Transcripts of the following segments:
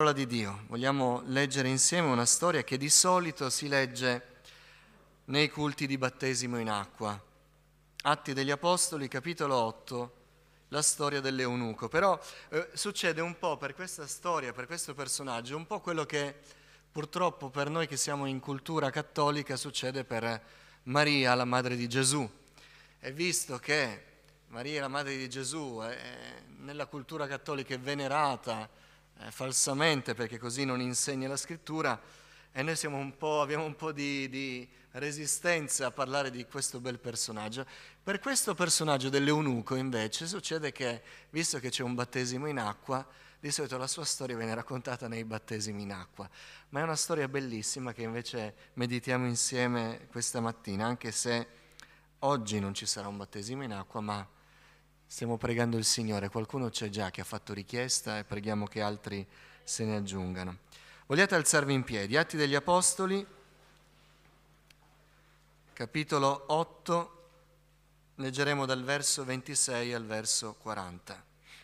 parola di Dio. Vogliamo leggere insieme una storia che di solito si legge nei culti di battesimo in acqua. Atti degli Apostoli, capitolo 8, la storia dell'eunuco. Però succede un po' per questa storia, per questo personaggio, un po' quello che purtroppo per noi che siamo in cultura cattolica succede per Maria, la madre di Gesù. E visto che Maria, la madre di Gesù, nella cultura cattolica è venerata falsamente perché così non insegna la scrittura, e noi abbiamo un po' di resistenza a parlare di questo bel personaggio. Per questo personaggio dell'eunuco invece succede che, visto che c'è un battesimo in acqua, di solito la sua storia viene raccontata nei battesimi in acqua, ma è una storia bellissima che invece meditiamo insieme questa mattina, anche se oggi non ci sarà un battesimo in acqua, ma stiamo pregando il Signore. Qualcuno c'è già che ha fatto richiesta e preghiamo che altri se ne aggiungano. Vogliate alzarvi in piedi? Atti degli Apostoli, capitolo 8, leggeremo dal verso 26 al verso 40.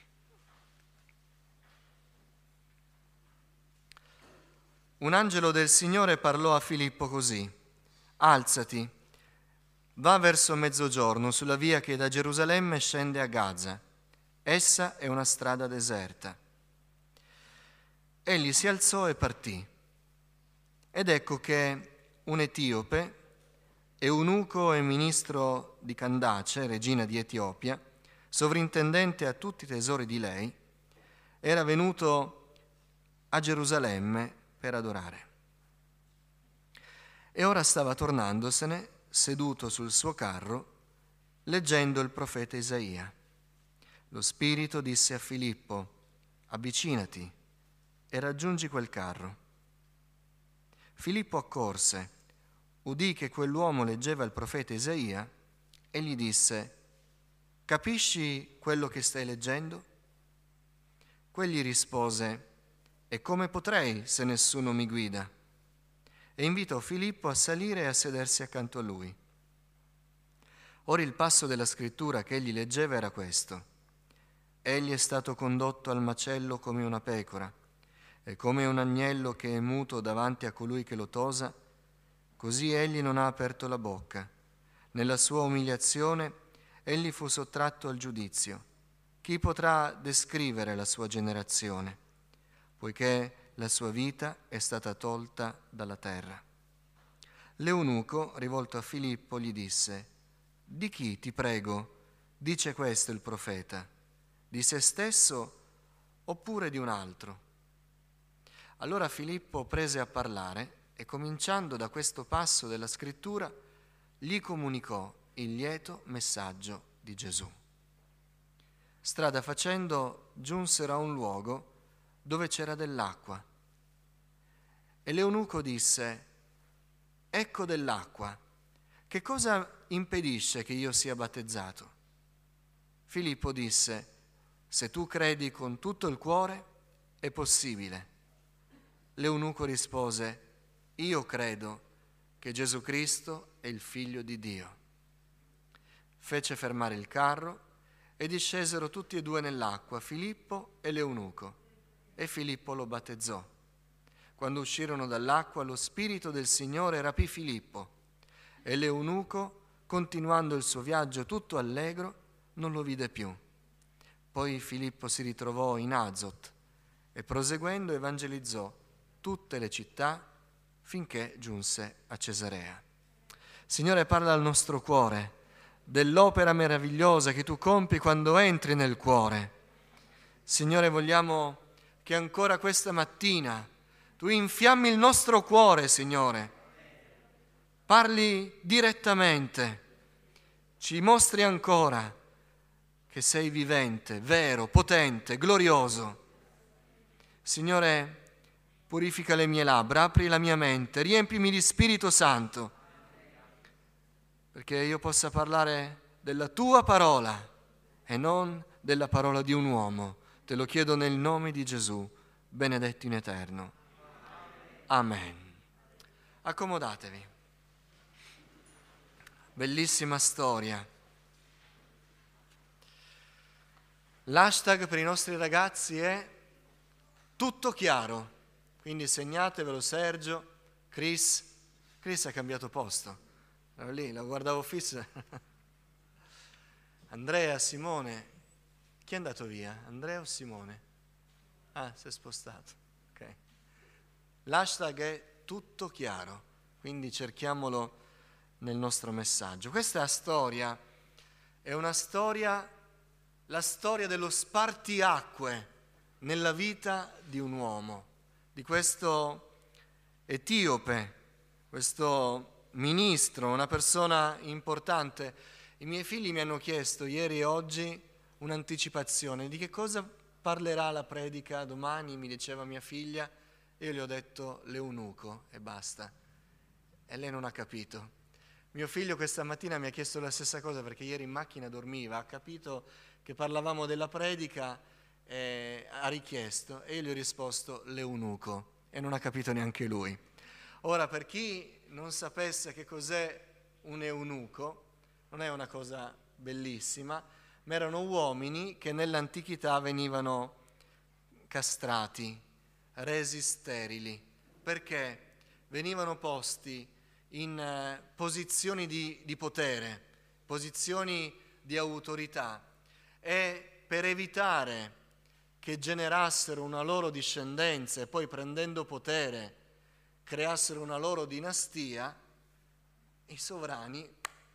Un angelo del Signore parlò a Filippo così: alzati, va verso mezzogiorno sulla via che da Gerusalemme scende a Gaza. Essa è una strada deserta. Egli si alzò e partì. Ed ecco che un etiope, eunuco e ministro di Candace, regina di Etiopia, sovrintendente a tutti i tesori di lei, era venuto a Gerusalemme per adorare. E ora stava tornandosene, seduto sul suo carro, leggendo il profeta Isaia. Lo Spirito disse a Filippo: avvicinati e raggiungi quel carro. Filippo accorse, udì che quell'uomo leggeva il profeta Isaia e gli disse: capisci quello che stai leggendo? Quegli rispose: e come potrei se nessuno mi guida? E invitò Filippo a salire e a sedersi accanto a lui. Ora il passo della scrittura che egli leggeva era questo: egli è stato condotto al macello come una pecora, e come un agnello che è muto davanti a colui che lo tosa, così egli non ha aperto la bocca. Nella sua umiliazione egli fu sottratto al giudizio. Chi potrà descrivere la sua generazione, poiché la sua vita è stata tolta dalla terra? L'eunuco, rivolto a Filippo, gli disse: di chi, ti prego, dice questo il profeta? Di se stesso oppure di un altro? Allora Filippo prese a parlare e, cominciando da questo passo della scrittura, gli comunicò il lieto messaggio di Gesù. Strada facendo giunsero a un luogo dove c'era dell'acqua. E l'eunuco disse: ecco dell'acqua, che cosa impedisce che io sia battezzato? Filippo disse: se tu credi con tutto il cuore, è possibile. L'eunuco rispose: io credo che Gesù Cristo è il Figlio di Dio. Fece fermare il carro e discesero tutti e due nell'acqua, Filippo e l'eunuco, e Filippo lo battezzò. Quando uscirono dall'acqua, lo Spirito del Signore rapì Filippo, e l'eunuco, continuando il suo viaggio tutto allegro, non lo vide più. Poi Filippo si ritrovò in Azot e, proseguendo, evangelizzò tutte le città finché giunse a Cesarea. Signore, parla al nostro cuore dell'opera meravigliosa che tu compi quando entri nel cuore. Signore, vogliamo che ancora questa mattina tu infiammi il nostro cuore, Signore. Parli direttamente, ci mostri ancora che sei vivente, vero, potente, glorioso. Signore, purifica le mie labbra, apri la mia mente, riempimi di Spirito Santo, perché io possa parlare della tua parola e non della parola di un uomo. Te lo chiedo nel nome di Gesù, benedetto in eterno. Amen. Accomodatevi. Bellissima storia. L'hashtag per i nostri ragazzi è tutto chiaro. Quindi segnatevelo: Sergio, Chris ha cambiato posto. Ero lì, lo guardavo fisso. Andrea, Simone. Chi è andato via? Andrea o Simone? Ah, si è spostato. Ok. L'hashtag è tutto chiaro, quindi cerchiamolo nel nostro messaggio. Questa storia è una storia, la storia dello spartiacque nella vita di un uomo, di questo etiope, questo ministro, una persona importante. I miei figli mi hanno chiesto ieri e oggi un'anticipazione di che cosa parlerà la predica domani, mi diceva mia figlia, e io le ho detto l'eunuco e basta. E lei non ha capito. Mio figlio questa mattina mi ha chiesto la stessa cosa perché ieri in macchina dormiva, ha capito che parlavamo della predica, ha richiesto e io gli ho risposto l'eunuco e non ha capito neanche lui. Ora, per chi non sapesse che cos'è un eunuco, non è una cosa bellissima, ma erano uomini che nell'antichità venivano castrati, resi sterili, perché venivano posti in posizioni di potere, posizioni di autorità, e per evitare che generassero una loro discendenza e poi prendendo potere creassero una loro dinastia, i sovrani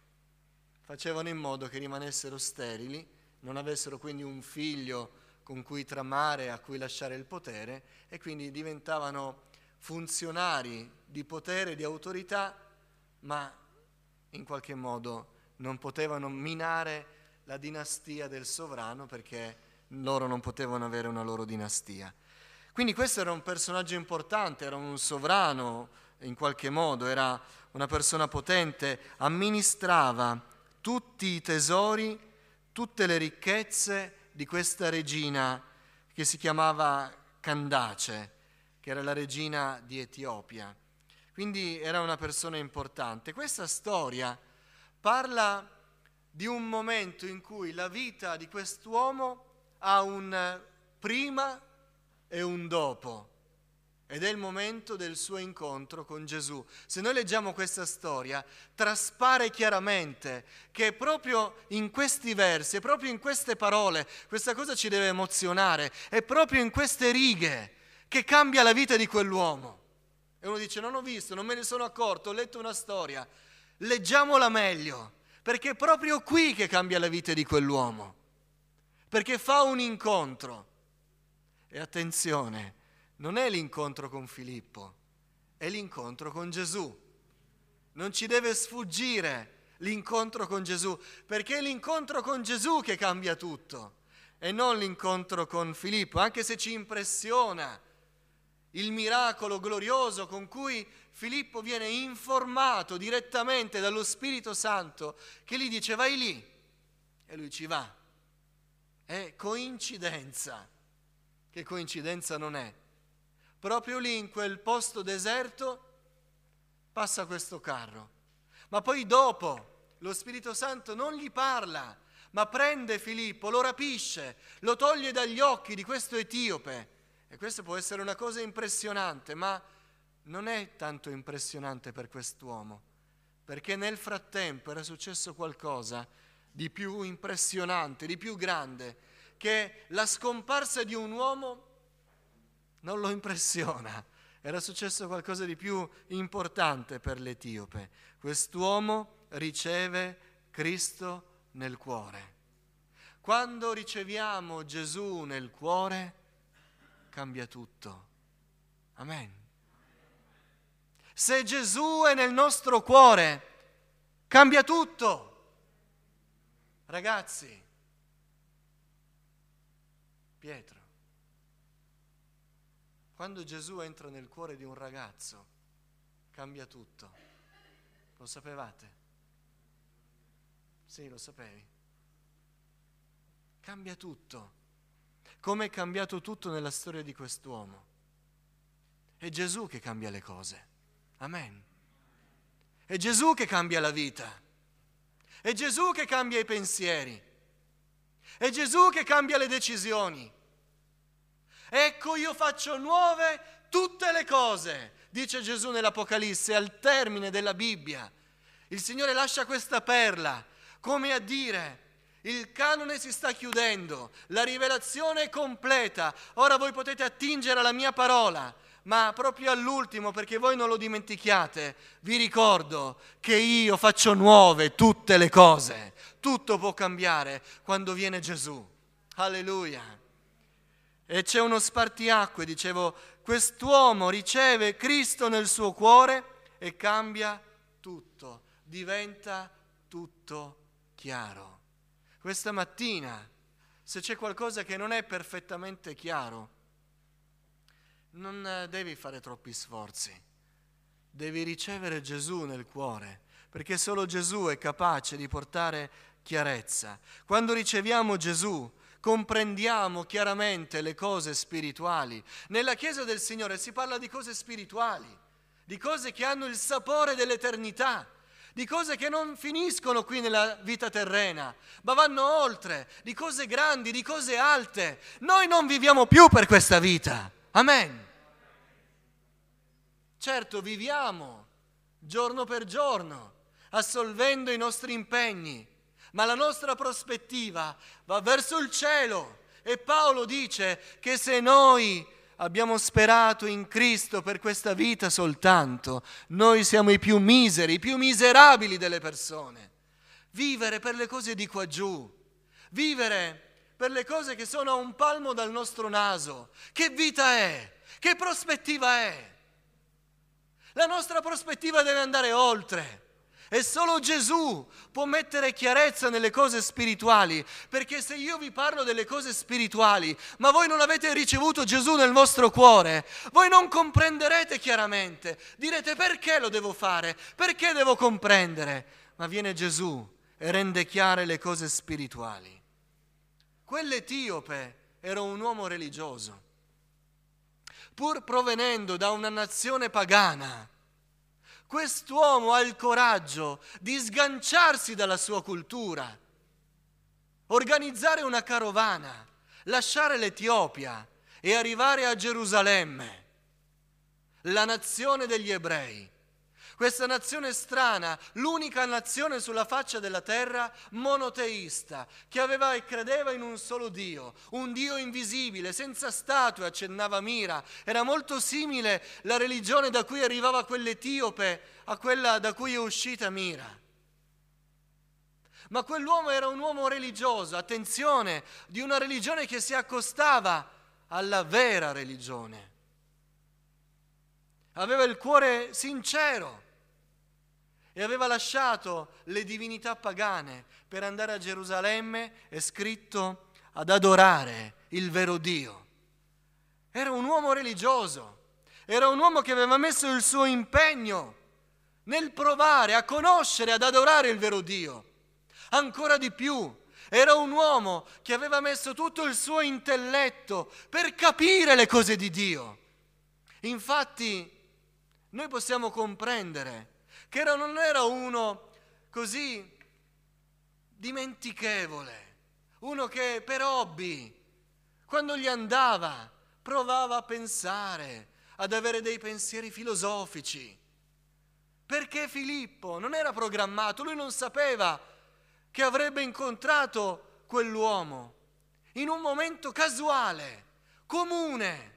facevano in modo che rimanessero sterili, non avessero quindi un figlio con cui tramare, a cui lasciare il potere, e quindi diventavano funzionari di potere, di autorità, ma in qualche modo non potevano minare la dinastia del sovrano perché loro non potevano avere una loro dinastia. Quindi questo era un personaggio importante, era un sovrano in qualche modo, era una persona potente, amministrava tutti i tesori, tutte le ricchezze di questa regina che si chiamava Candace, che era la regina di Etiopia. Quindi era una persona importante. Questa storia parla di un momento in cui la vita di quest'uomo ha un prima e un dopo, ed è il momento del suo incontro con Gesù. Se noi leggiamo questa storia, traspare chiaramente che proprio in questi versi, è proprio in queste parole, questa cosa ci deve emozionare, è proprio in queste righe che cambia la vita di quell'uomo. E uno dice: non ho visto, non me ne sono accorto, ho letto una storia. Leggiamola meglio, perché è proprio qui che cambia la vita di quell'uomo, perché fa un incontro. E attenzione, non è l'incontro con Filippo, è l'incontro con Gesù. Non ci deve sfuggire l'incontro con Gesù, perché è l'incontro con Gesù che cambia tutto, e non l'incontro con Filippo, anche se ci impressiona il miracolo glorioso con cui Filippo viene informato direttamente dallo Spirito Santo, che gli dice: vai lì, e lui ci va. È coincidenza, che coincidenza non è. Proprio lì, in quel posto deserto, passa questo carro. Ma poi dopo lo Spirito Santo non gli parla, ma prende Filippo, lo rapisce, lo toglie dagli occhi di questo etiope. E questo può essere una cosa impressionante, ma non è tanto impressionante per quest'uomo, perché nel frattempo era successo qualcosa di più impressionante, di più grande, che la scomparsa di un uomo non lo impressiona. Era successo qualcosa di più importante per l'etiope. Quest'uomo riceve Cristo nel cuore. Quando riceviamo Gesù nel cuore, cambia tutto. Amen. Se Gesù è nel nostro cuore, cambia tutto. Ragazzi, Pietro, quando Gesù entra nel cuore di un ragazzo, cambia tutto. Lo sapevate? Sì, lo sapevi. Cambia tutto. Come è cambiato tutto nella storia di quest'uomo. È Gesù che cambia le cose. Amen. È Gesù che cambia la vita. È Gesù che cambia i pensieri. È Gesù che cambia le decisioni. Ecco, io faccio nuove tutte le cose, dice Gesù nell'Apocalisse, al termine della Bibbia. Il Signore lascia questa perla, come a dire: il canone si sta chiudendo, la rivelazione è completa, ora voi potete attingere alla mia parola, ma proprio all'ultimo, perché voi non lo dimentichiate, vi ricordo che io faccio nuove tutte le cose. Tutto può cambiare quando viene Gesù. Alleluia. E c'è uno spartiacque, dicevo, quest'uomo riceve Cristo nel suo cuore e cambia tutto, diventa tutto chiaro. Questa mattina, se c'è qualcosa che non è perfettamente chiaro, non devi fare troppi sforzi, devi ricevere Gesù nel cuore, perché solo Gesù è capace di portare chiarezza. Quando riceviamo Gesù, comprendiamo chiaramente le cose spirituali. Nella Chiesa del Signore si parla di cose spirituali, di cose che hanno il sapore dell'eternità, di cose che non finiscono qui nella vita terrena, ma vanno oltre, di cose grandi, di cose alte. Noi non viviamo più per questa vita. Amen. Certo, viviamo giorno per giorno, assolvendo i nostri impegni, ma la nostra prospettiva va verso il cielo. E Paolo dice che se noi abbiamo sperato in Cristo per questa vita soltanto, noi siamo i più miseri, i più miserabili delle persone. Vivere per le cose di qua giù, vivere per le cose che sono a un palmo dal nostro naso. Che vita è? Che prospettiva è? La nostra prospettiva deve andare oltre. E solo Gesù può mettere chiarezza nelle cose spirituali, perché se io vi parlo delle cose spirituali, ma voi non avete ricevuto Gesù nel vostro cuore, voi non comprenderete chiaramente. Direte: perché lo devo fare? Perché devo comprendere? Ma viene Gesù e rende chiare le cose spirituali. Quell'etiope era un uomo religioso, pur provenendo da una nazione pagana. Quest'uomo ha il coraggio di sganciarsi dalla sua cultura, organizzare una carovana, lasciare l'Etiopia e arrivare a Gerusalemme, la nazione degli ebrei. Questa nazione strana, l'unica nazione sulla faccia della terra monoteista, che aveva e credeva in un solo Dio, un Dio invisibile, senza statue, accennava Mira. Era molto simile la religione da cui arrivava quell'etiope a quella da cui è uscita Mira. Ma quell'uomo era un uomo religioso, attenzione, di una religione che si accostava alla vera religione. Aveva il cuore sincero e aveva lasciato le divinità pagane per andare a Gerusalemme, è scritto, ad adorare il vero Dio. Era un uomo religioso, era un uomo che aveva messo il suo impegno nel provare a conoscere, ad adorare il vero Dio. Ancora di più, era un uomo che aveva messo tutto il suo intelletto per capire le cose di Dio. Infatti, noi possiamo comprendere che non era uno così dimentichevole, uno che per hobby, quando gli andava, provava a pensare, ad avere dei pensieri filosofici. Perché Filippo non era programmato, lui non sapeva che avrebbe incontrato quell'uomo in un momento casuale, comune,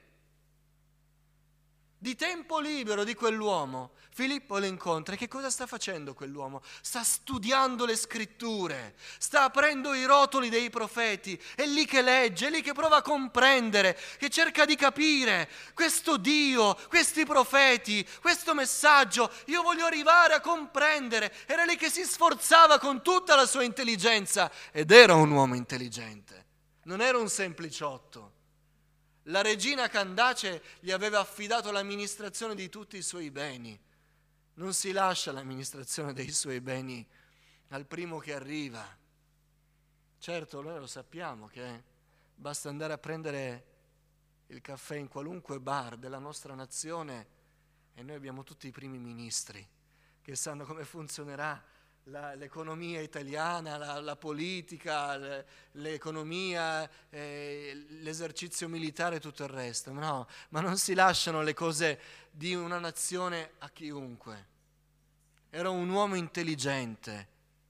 di tempo libero di quell'uomo. Filippo lo incontra e che cosa sta facendo quell'uomo? Sta studiando le scritture, sta aprendo i rotoli dei profeti, è lì che legge, è lì che prova a comprendere, che cerca di capire questo Dio, questi profeti, questo messaggio. Io voglio arrivare a comprendere. Era lì che si sforzava con tutta la sua intelligenza ed era un uomo intelligente, non era un sempliciotto. La regina Candace gli aveva affidato l'amministrazione di tutti i suoi beni. Non si lascia l'amministrazione dei suoi beni al primo che arriva. Certo, noi lo sappiamo che basta andare a prendere il caffè in qualunque bar della nostra nazione e noi abbiamo tutti i primi ministri che sanno come funzionerà l'economia italiana, la politica, l'economia, l'esercizio militare e tutto il resto. No, ma non si lasciano le cose di una nazione a chiunque. Era un uomo intelligente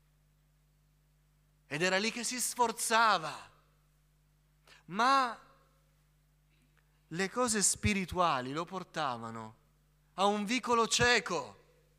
ed era lì che si sforzava, ma le cose spirituali lo portavano a un vicolo cieco.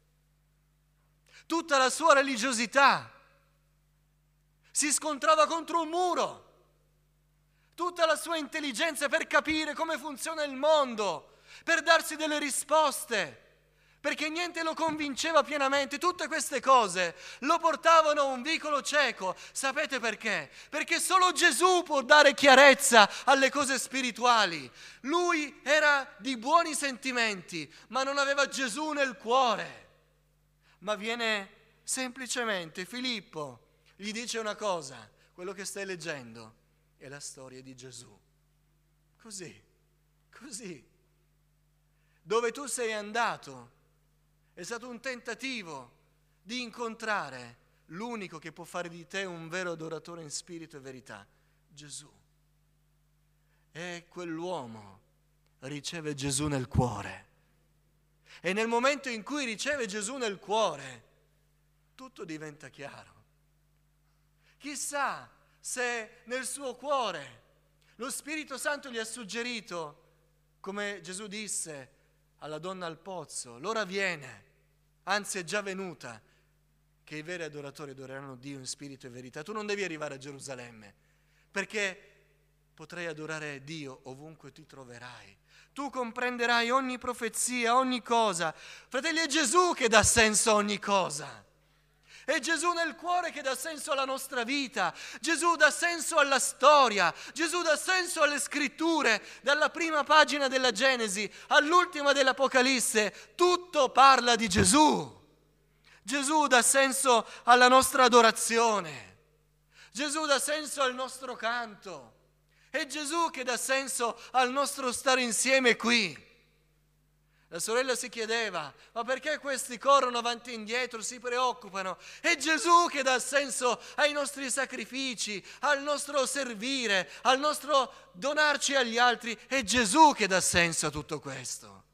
Tutta la sua religiosità si scontrava contro un muro. Tutta la sua intelligenza per capire come funziona il mondo, per darsi delle risposte, perché niente lo convinceva pienamente. Tutte queste cose lo portavano a un vicolo cieco. Sapete perché? Perché solo Gesù può dare chiarezza alle cose spirituali. Lui era di buoni sentimenti, ma non aveva Gesù nel cuore. Ma viene semplicemente Filippo, gli dice una cosa: quello che stai leggendo è la storia di Gesù. Così. Dove tu sei andato è stato un tentativo di incontrare l'unico che può fare di te un vero adoratore in spirito e verità, Gesù. E quell'uomo riceve Gesù nel cuore. E nel momento in cui riceve Gesù nel cuore, tutto diventa chiaro. Chissà se nel suo cuore lo Spirito Santo gli ha suggerito, come Gesù disse alla donna al pozzo: l'ora viene, anzi è già venuta, che i veri adoratori adoreranno Dio in spirito e verità. Tu non devi arrivare a Gerusalemme, perché potrai adorare Dio ovunque ti troverai. Tu comprenderai ogni profezia, ogni cosa. Fratelli, è Gesù che dà senso a ogni cosa. È Gesù nel cuore che dà senso alla nostra vita. Gesù dà senso alla storia. Gesù dà senso alle scritture. Dalla prima pagina della Genesi all'ultima dell'Apocalisse, tutto parla di Gesù. Gesù dà senso alla nostra adorazione. Gesù dà senso al nostro canto. È Gesù che dà senso al nostro stare insieme qui. La sorella si chiedeva: ma perché questi corrono avanti e indietro, si preoccupano? È Gesù che dà senso ai nostri sacrifici, al nostro servire, al nostro donarci agli altri. È Gesù che dà senso a tutto questo.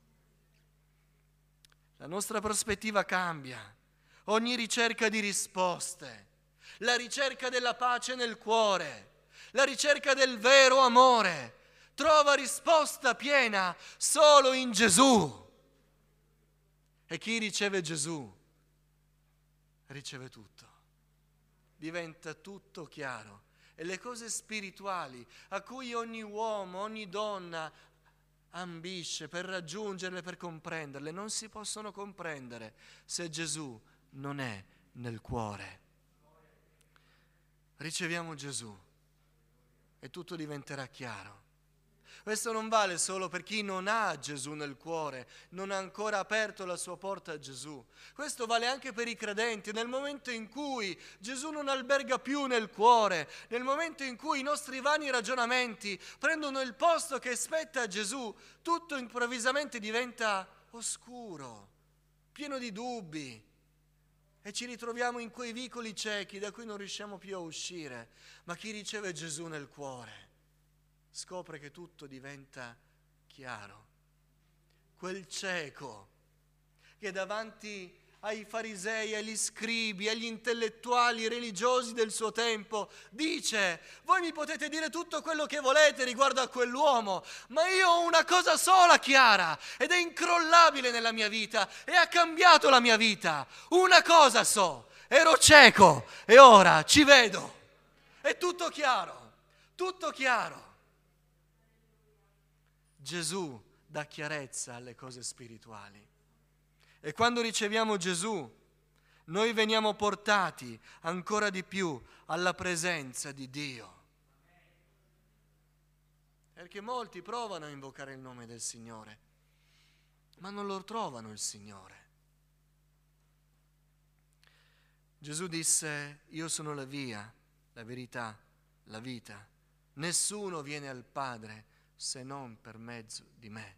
La nostra prospettiva cambia. Ogni ricerca di risposte, la ricerca della pace nel cuore, la ricerca del vero amore, trova risposta piena solo in Gesù. E chi riceve Gesù riceve tutto, diventa tutto chiaro. E le cose spirituali a cui ogni uomo, ogni donna ambisce per raggiungerle, per comprenderle, non si possono comprendere se Gesù non è nel cuore. Riceviamo Gesù e tutto diventerà chiaro. Questo non vale solo per chi non ha Gesù nel cuore, non ha ancora aperto la sua porta a Gesù. Questo vale anche per i credenti. Nel momento in cui Gesù non alberga più nel cuore, nel momento in cui i nostri vani ragionamenti prendono il posto che spetta a Gesù, tutto improvvisamente diventa oscuro, pieno di dubbi. E ci ritroviamo in quei vicoli ciechi da cui non riusciamo più a uscire. Ma chi riceve Gesù nel cuore scopre che tutto diventa chiaro. Quel cieco che davanti ai farisei, agli scribi, agli intellettuali religiosi del suo tempo dice: voi mi potete dire tutto quello che volete riguardo a quell'uomo, ma io ho una cosa sola chiara ed è incrollabile nella mia vita e ha cambiato la mia vita. Una cosa so: ero cieco e ora ci vedo. È tutto chiaro, tutto chiaro. Gesù dà chiarezza alle cose spirituali. E quando riceviamo Gesù, noi veniamo portati ancora di più alla presenza di Dio. Perché molti provano a invocare il nome del Signore, ma non lo trovano il Signore. Gesù disse: io sono la via, la verità, la vita. Nessuno viene al Padre se non per mezzo di me.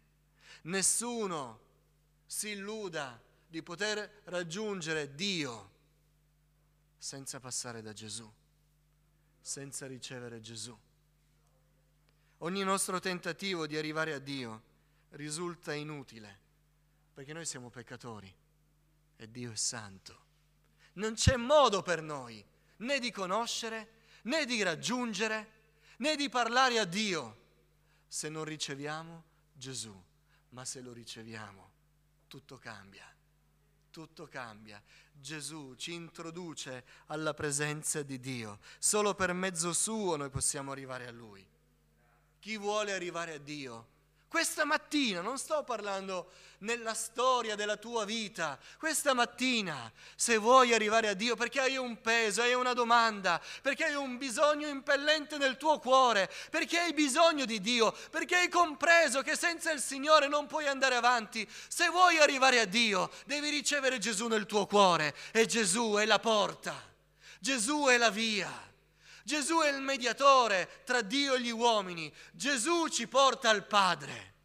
Nessuno si illuda di poter raggiungere Dio senza passare da Gesù, senza ricevere Gesù. Ogni nostro tentativo di arrivare a Dio risulta inutile, perché noi siamo peccatori e Dio è santo. Non c'è modo per noi né di conoscere, né di raggiungere, né di parlare a Dio se non riceviamo Gesù. Ma se lo riceviamo, tutto cambia. Tutto cambia. Gesù ci introduce alla presenza di Dio. Solo per mezzo suo noi possiamo arrivare a Lui. Chi vuole arrivare a Dio? Questa mattina, non sto parlando nella storia della tua vita, questa mattina, se vuoi arrivare a Dio, perché hai un peso, hai una domanda, perché hai un bisogno impellente nel tuo cuore, perché hai bisogno di Dio, perché hai compreso che senza il Signore non puoi andare avanti, se vuoi arrivare a Dio, devi ricevere Gesù nel tuo cuore, e Gesù è la porta, Gesù è la via. Gesù è il mediatore tra Dio e gli uomini. Gesù ci porta al Padre.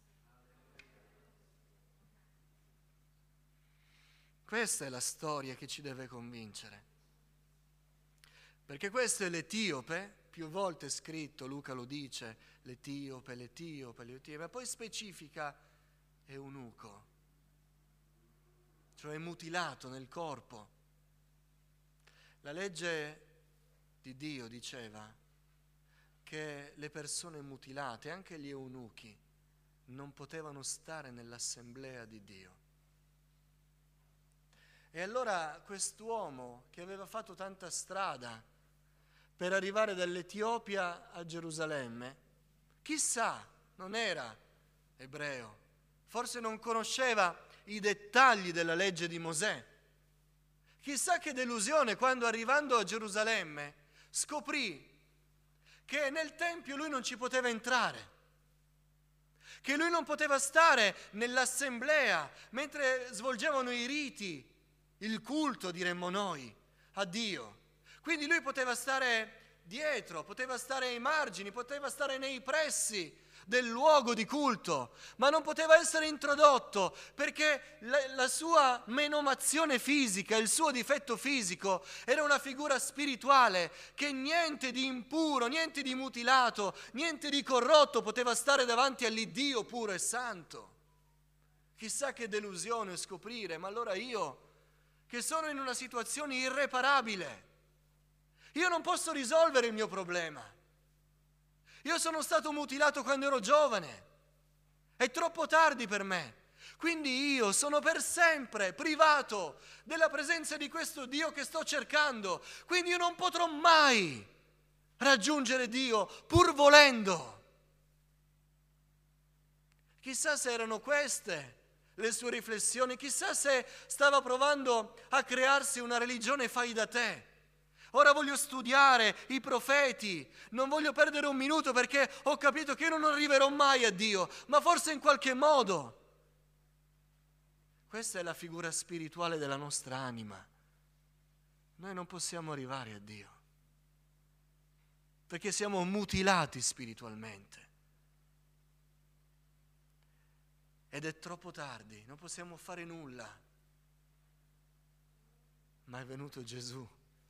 Questa è la storia che ci deve convincere. Perché questo è l'etiope, più volte scritto, Luca lo dice, l'etiope, ma poi specifica eunuco, cioè mutilato nel corpo. La legge di Dio diceva che le persone mutilate, anche gli eunuchi, non potevano stare nell'assemblea di Dio. E allora quest'uomo che aveva fatto tanta strada per arrivare dall'Etiopia a Gerusalemme, chissà, non era ebreo, forse non conosceva i dettagli della legge di Mosè. Chissà che delusione quando arrivando a Gerusalemme scoprì che nel Tempio lui non ci poteva entrare, che lui non poteva stare nell'assemblea mentre svolgevano i riti, il culto, diremmo noi, a Dio. Quindi lui poteva stare dietro, poteva stare ai margini, poteva stare nei pressi del luogo di culto, ma non poteva essere introdotto perché la sua menomazione fisica, il suo difetto fisico era una figura spirituale che niente di impuro, niente di mutilato, niente di corrotto poteva stare davanti all'Iddio puro e santo. Chissà che delusione scoprire, ma allora io che sono in una situazione irreparabile, io non posso risolvere il mio problema. Io sono stato mutilato quando ero giovane, è troppo tardi per me, quindi io sono per sempre privato della presenza di questo Dio che sto cercando, quindi io non potrò mai raggiungere Dio pur volendo. Chissà se erano queste le sue riflessioni, chissà se stava provando a crearsi una religione fai da te. Ora voglio studiare i profeti, non voglio perdere un minuto perché ho capito che io non arriverò mai a Dio, ma forse in qualche modo. Questa è la figura spirituale della nostra anima. Noi non possiamo arrivare a Dio, perché siamo mutilati spiritualmente. Ed è troppo tardi, non possiamo fare nulla. Ma è venuto Gesù.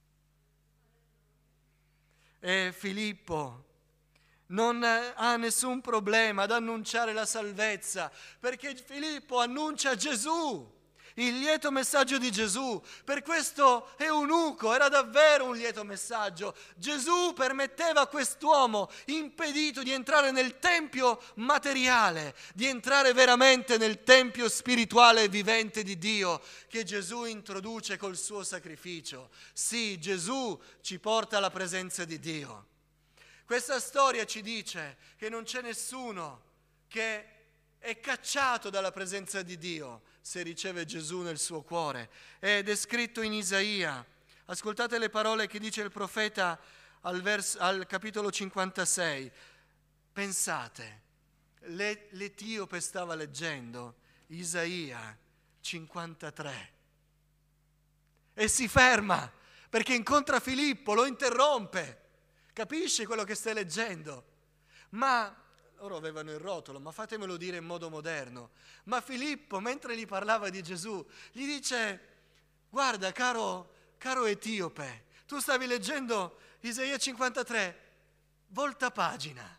E Filippo non ha nessun problema ad annunciare la salvezza, perché Filippo annuncia Gesù, il lieto messaggio di Gesù. Per questo eunuco era davvero un lieto messaggio. Gesù permetteva a quest'uomo impedito di entrare nel tempio materiale, di entrare veramente nel tempio spirituale e vivente di Dio, che Gesù introduce col suo sacrificio. Sì, Gesù ci porta alla presenza di Dio. Questa storia ci dice che non c'è nessuno che è cacciato dalla presenza di Dio se riceve Gesù nel suo cuore. Ed è scritto in Isaia. Ascoltate le parole che dice il profeta al capitolo 56. Pensate, l'etiope stava leggendo Isaia 53 e si ferma perché incontra Filippo, lo interrompe. Capisci quello che stai leggendo? Ma loro avevano il rotolo, ma fatemelo dire in modo moderno. Ma Filippo, mentre gli parlava di Gesù, gli dice: guarda caro caro etiope, tu stavi leggendo Isaia 53, volta pagina,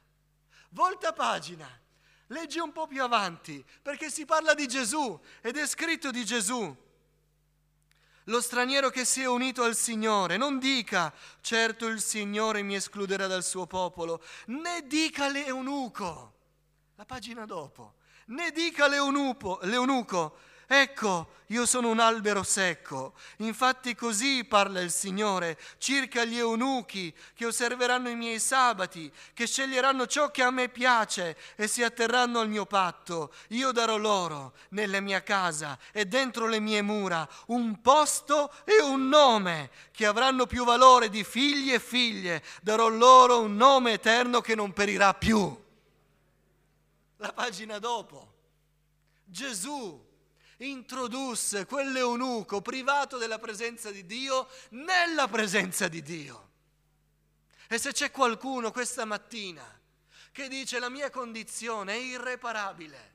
leggi un po' più avanti, perché si parla di Gesù ed è scritto di Gesù. Lo straniero che si è unito al Signore non dica, certo il Signore mi escluderà dal suo popolo, né dica l'eunuco, la pagina dopo, né dica l'eunuco, ecco, io sono un albero secco. Infatti così parla il Signore circa gli eunuchi che osserveranno i miei sabati, che sceglieranno ciò che a me piace e si atterranno al mio patto. Io darò loro, nella mia casa e dentro le mie mura, un posto e un nome che avranno più valore di figli e figlie. Darò loro un nome eterno che non perirà più. La pagina dopo, Gesù introdusse quell'eunuco privato della presenza di Dio nella presenza di Dio. E se c'è qualcuno questa mattina che dice la mia condizione è irreparabile,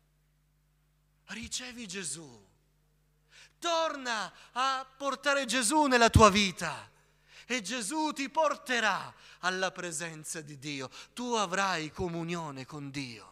ricevi Gesù, torna a portare Gesù nella tua vita e Gesù ti porterà alla presenza di Dio, tu avrai comunione con Dio.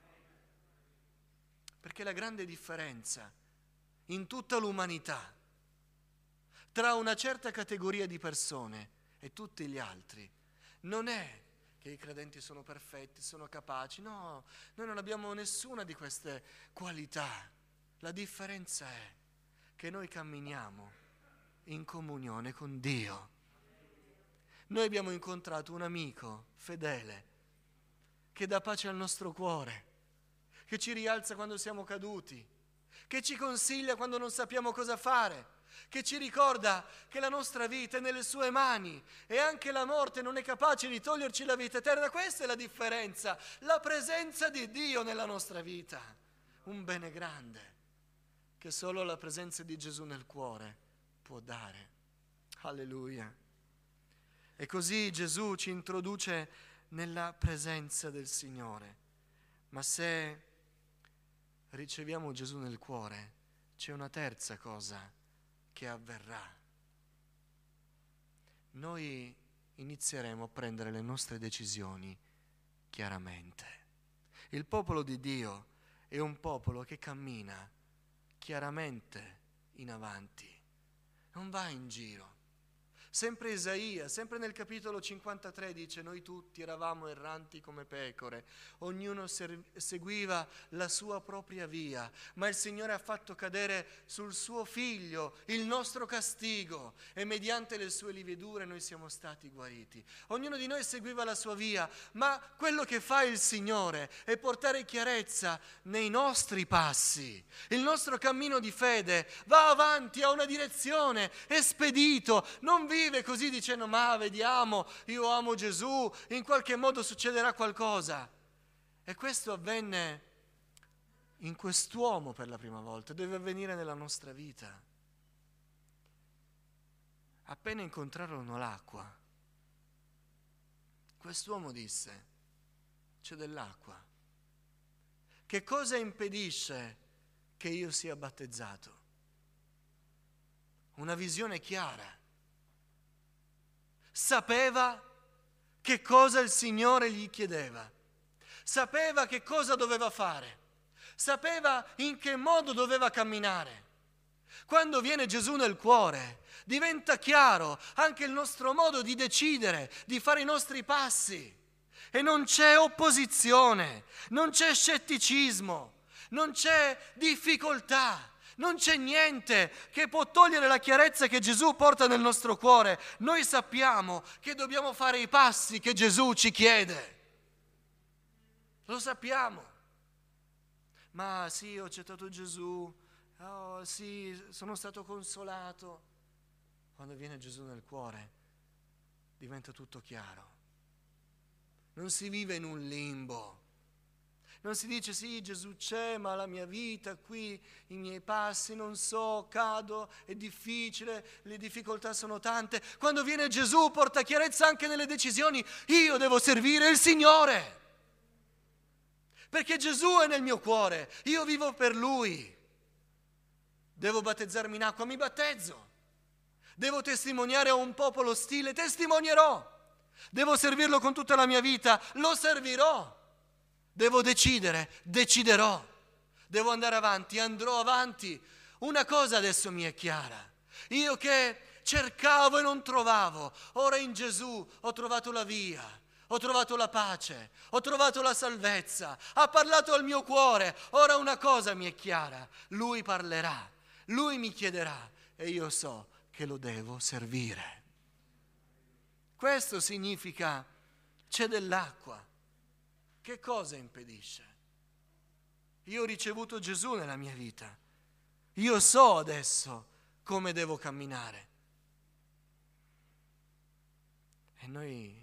Perché la grande differenza in tutta l'umanità tra una certa categoria di persone e tutti gli altri non è che i credenti sono perfetti, sono capaci, no, noi non abbiamo nessuna di queste qualità. La differenza è che noi camminiamo in comunione con Dio. Noi abbiamo incontrato un amico fedele che dà pace al nostro cuore, che ci rialza quando siamo caduti, che ci consiglia quando non sappiamo cosa fare, che ci ricorda che la nostra vita è nelle sue mani e anche la morte non è capace di toglierci la vita eterna. Questa è la differenza, la presenza di Dio nella nostra vita, un bene grande che solo la presenza di Gesù nel cuore può dare. Alleluia. E così Gesù ci introduce nella presenza del Signore. Ma se riceviamo Gesù nel cuore, c'è una terza cosa che avverrà. Noi inizieremo a prendere le nostre decisioni chiaramente. Il popolo di Dio è un popolo che cammina chiaramente in avanti, non va in giro. Sempre Isaia, sempre nel capitolo 53 dice: noi tutti eravamo erranti come pecore, ognuno seguiva la sua propria via, ma il Signore ha fatto cadere sul suo figlio il nostro castigo e mediante le sue lividure noi siamo stati guariti. Ognuno di noi seguiva la sua via, ma quello che fa il Signore è portare chiarezza nei nostri passi. Il nostro cammino di fede va avanti, ha una direzione, è spedito, non vive così dicendo ma vediamo, io amo Gesù, in qualche modo succederà qualcosa. E questo avvenne in quest'uomo per la prima volta, deve avvenire nella nostra vita. Appena incontrarono l'acqua, quest'uomo disse: c'è dell'acqua, che cosa impedisce che io sia battezzato? Una visione chiara. Sapeva che cosa il Signore gli chiedeva, sapeva che cosa doveva fare, sapeva in che modo doveva camminare. Quando viene Gesù nel cuore, diventa chiaro anche il nostro modo di decidere, di fare i nostri passi. E non c'è opposizione, non c'è scetticismo, non c'è difficoltà. Non c'è niente che può togliere la chiarezza che Gesù porta nel nostro cuore. Noi sappiamo che dobbiamo fare i passi che Gesù ci chiede. Lo sappiamo. Ma sì, ho accettato Gesù, oh sì, sono stato consolato. Quando viene Gesù nel cuore, diventa tutto chiaro. Non si vive in un limbo. Non si dice sì, Gesù c'è, ma la mia vita qui, i miei passi, non so, cado, è difficile, le difficoltà sono tante. Quando viene Gesù porta chiarezza anche nelle decisioni. Io devo servire il Signore, perché Gesù è nel mio cuore, io vivo per Lui. Devo battezzarmi in acqua, mi battezzo. Devo testimoniare a un popolo ostile? Testimonierò. Devo servirlo con tutta la mia vita? Lo servirò. Devo decidere? Deciderò. Devo andare avanti? Andrò avanti. Una cosa adesso mi è chiara. Io che cercavo e non trovavo, ora in Gesù ho trovato la via, ho trovato la pace, ho trovato la salvezza, ha parlato al mio cuore. Ora una cosa mi è chiara, Lui parlerà, Lui mi chiederà e io so che lo devo servire. Questo significa c'è dell'acqua. Che cosa impedisce? Io ho ricevuto Gesù nella mia vita. Io so adesso come devo camminare. E noi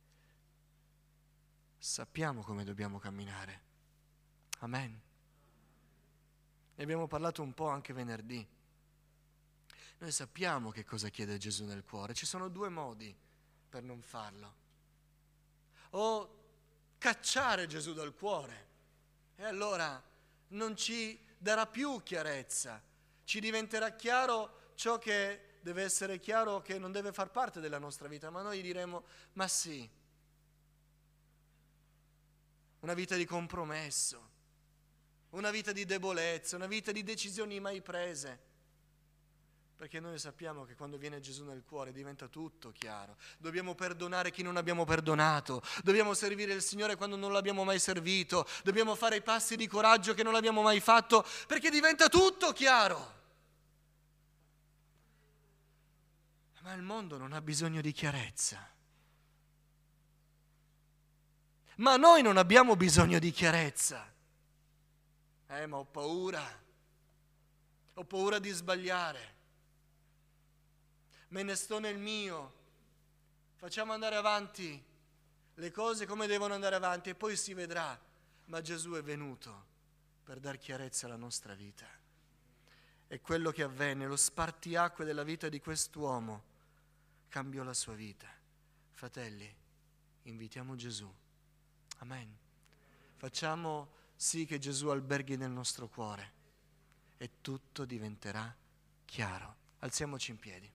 sappiamo come dobbiamo camminare. Amen. Ne abbiamo parlato un po' anche venerdì. Noi sappiamo che cosa chiede Gesù nel cuore. Ci sono due modi per non farlo. O cacciare Gesù dal cuore e allora non ci darà più chiarezza. Ci diventerà chiaro ciò che deve essere chiaro, che non deve far parte della nostra vita, ma noi diremo, ma sì, una vita di compromesso, una vita di debolezza, una vita di decisioni mai prese. Perché noi sappiamo che quando viene Gesù nel cuore diventa tutto chiaro. Dobbiamo perdonare chi non abbiamo perdonato, dobbiamo servire il Signore quando non l'abbiamo mai servito, dobbiamo fare i passi di coraggio che non abbiamo mai fatto, perché diventa tutto chiaro. Ma il mondo non ha bisogno di chiarezza. Ma noi non abbiamo bisogno di chiarezza. Ma ho paura di sbagliare. Me ne sto nel mio, facciamo andare avanti le cose come devono andare avanti e poi si vedrà, ma Gesù è venuto per dar chiarezza alla nostra vita. E quello che avvenne, lo spartiacque della vita di quest'uomo, cambiò la sua vita. Fratelli, invitiamo Gesù, amen. Facciamo sì che Gesù alberghi nel nostro cuore e tutto diventerà chiaro. Alziamoci in piedi.